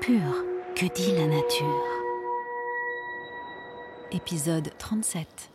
Pur, que dit la nature? Épisode 37.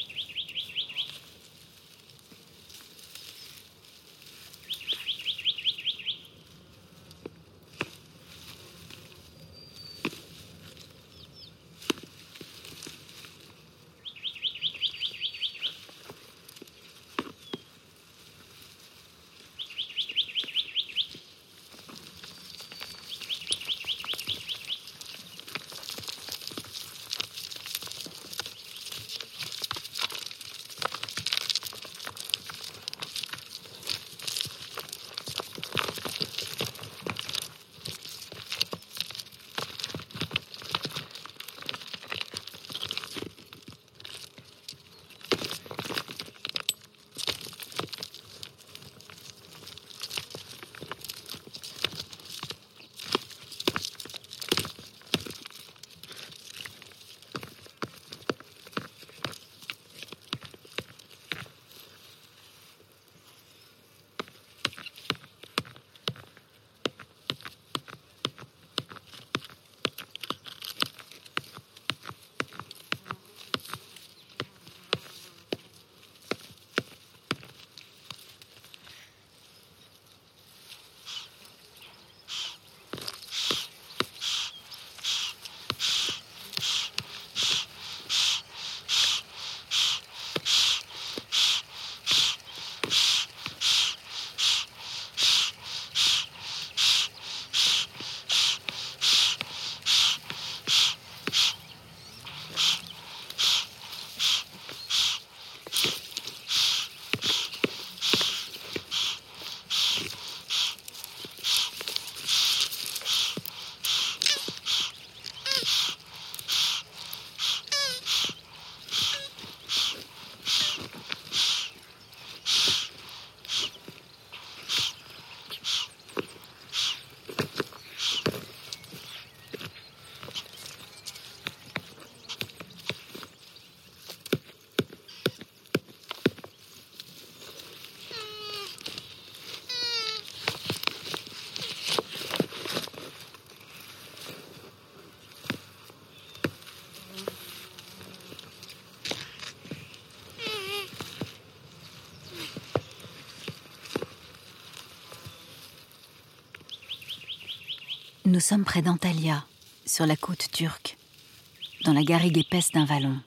Nous sommes près d'Antalya, sur la côte turque, dans la garrigue épaisse d'un vallon.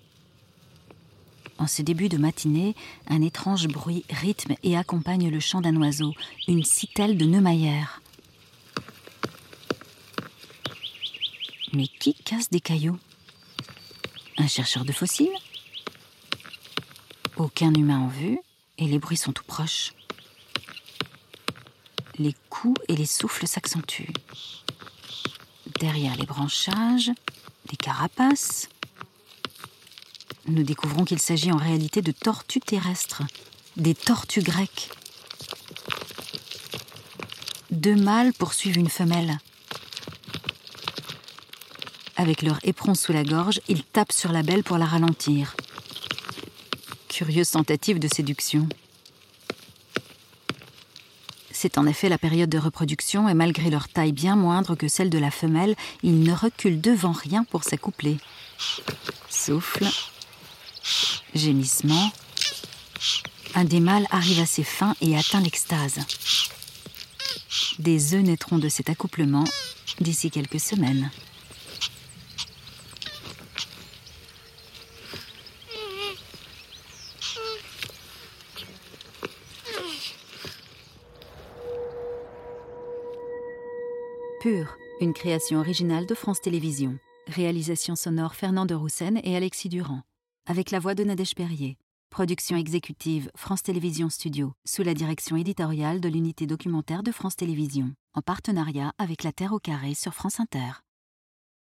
En ce début de matinée, un étrange bruit rythme et accompagne le chant d'un oiseau, une citelle de Neumayer. Mais qui casse des cailloux? Un chercheur de fossiles? Aucun humain en vue, et les bruits sont tout proches. Les coups et les souffles s'accentuent. Derrière les branchages, les carapaces, nous découvrons qu'il s'agit en réalité de tortues terrestres, des tortues grecques. Deux mâles poursuivent une femelle. Avec leur éperon sous la gorge, ils tapent sur la belle pour la ralentir. Curieuse tentative de séduction. C'est en effet la période de reproduction et malgré leur taille bien moindre que celle de la femelle, ils ne reculent devant rien pour s'accoupler. Souffle, gémissement. Un des mâles arrive à ses fins et atteint l'extase. Des œufs naîtront de cet accouplement d'ici quelques semaines. Pur, une création originale de France Télévisions. Réalisation sonore Fernand de Roussen et Alexis Durand. Avec la voix de Nadège Perrier. Production exécutive France Télévisions Studio, sous la direction éditoriale de l'unité documentaire de France Télévisions. En partenariat avec La Terre au Carré sur France Inter.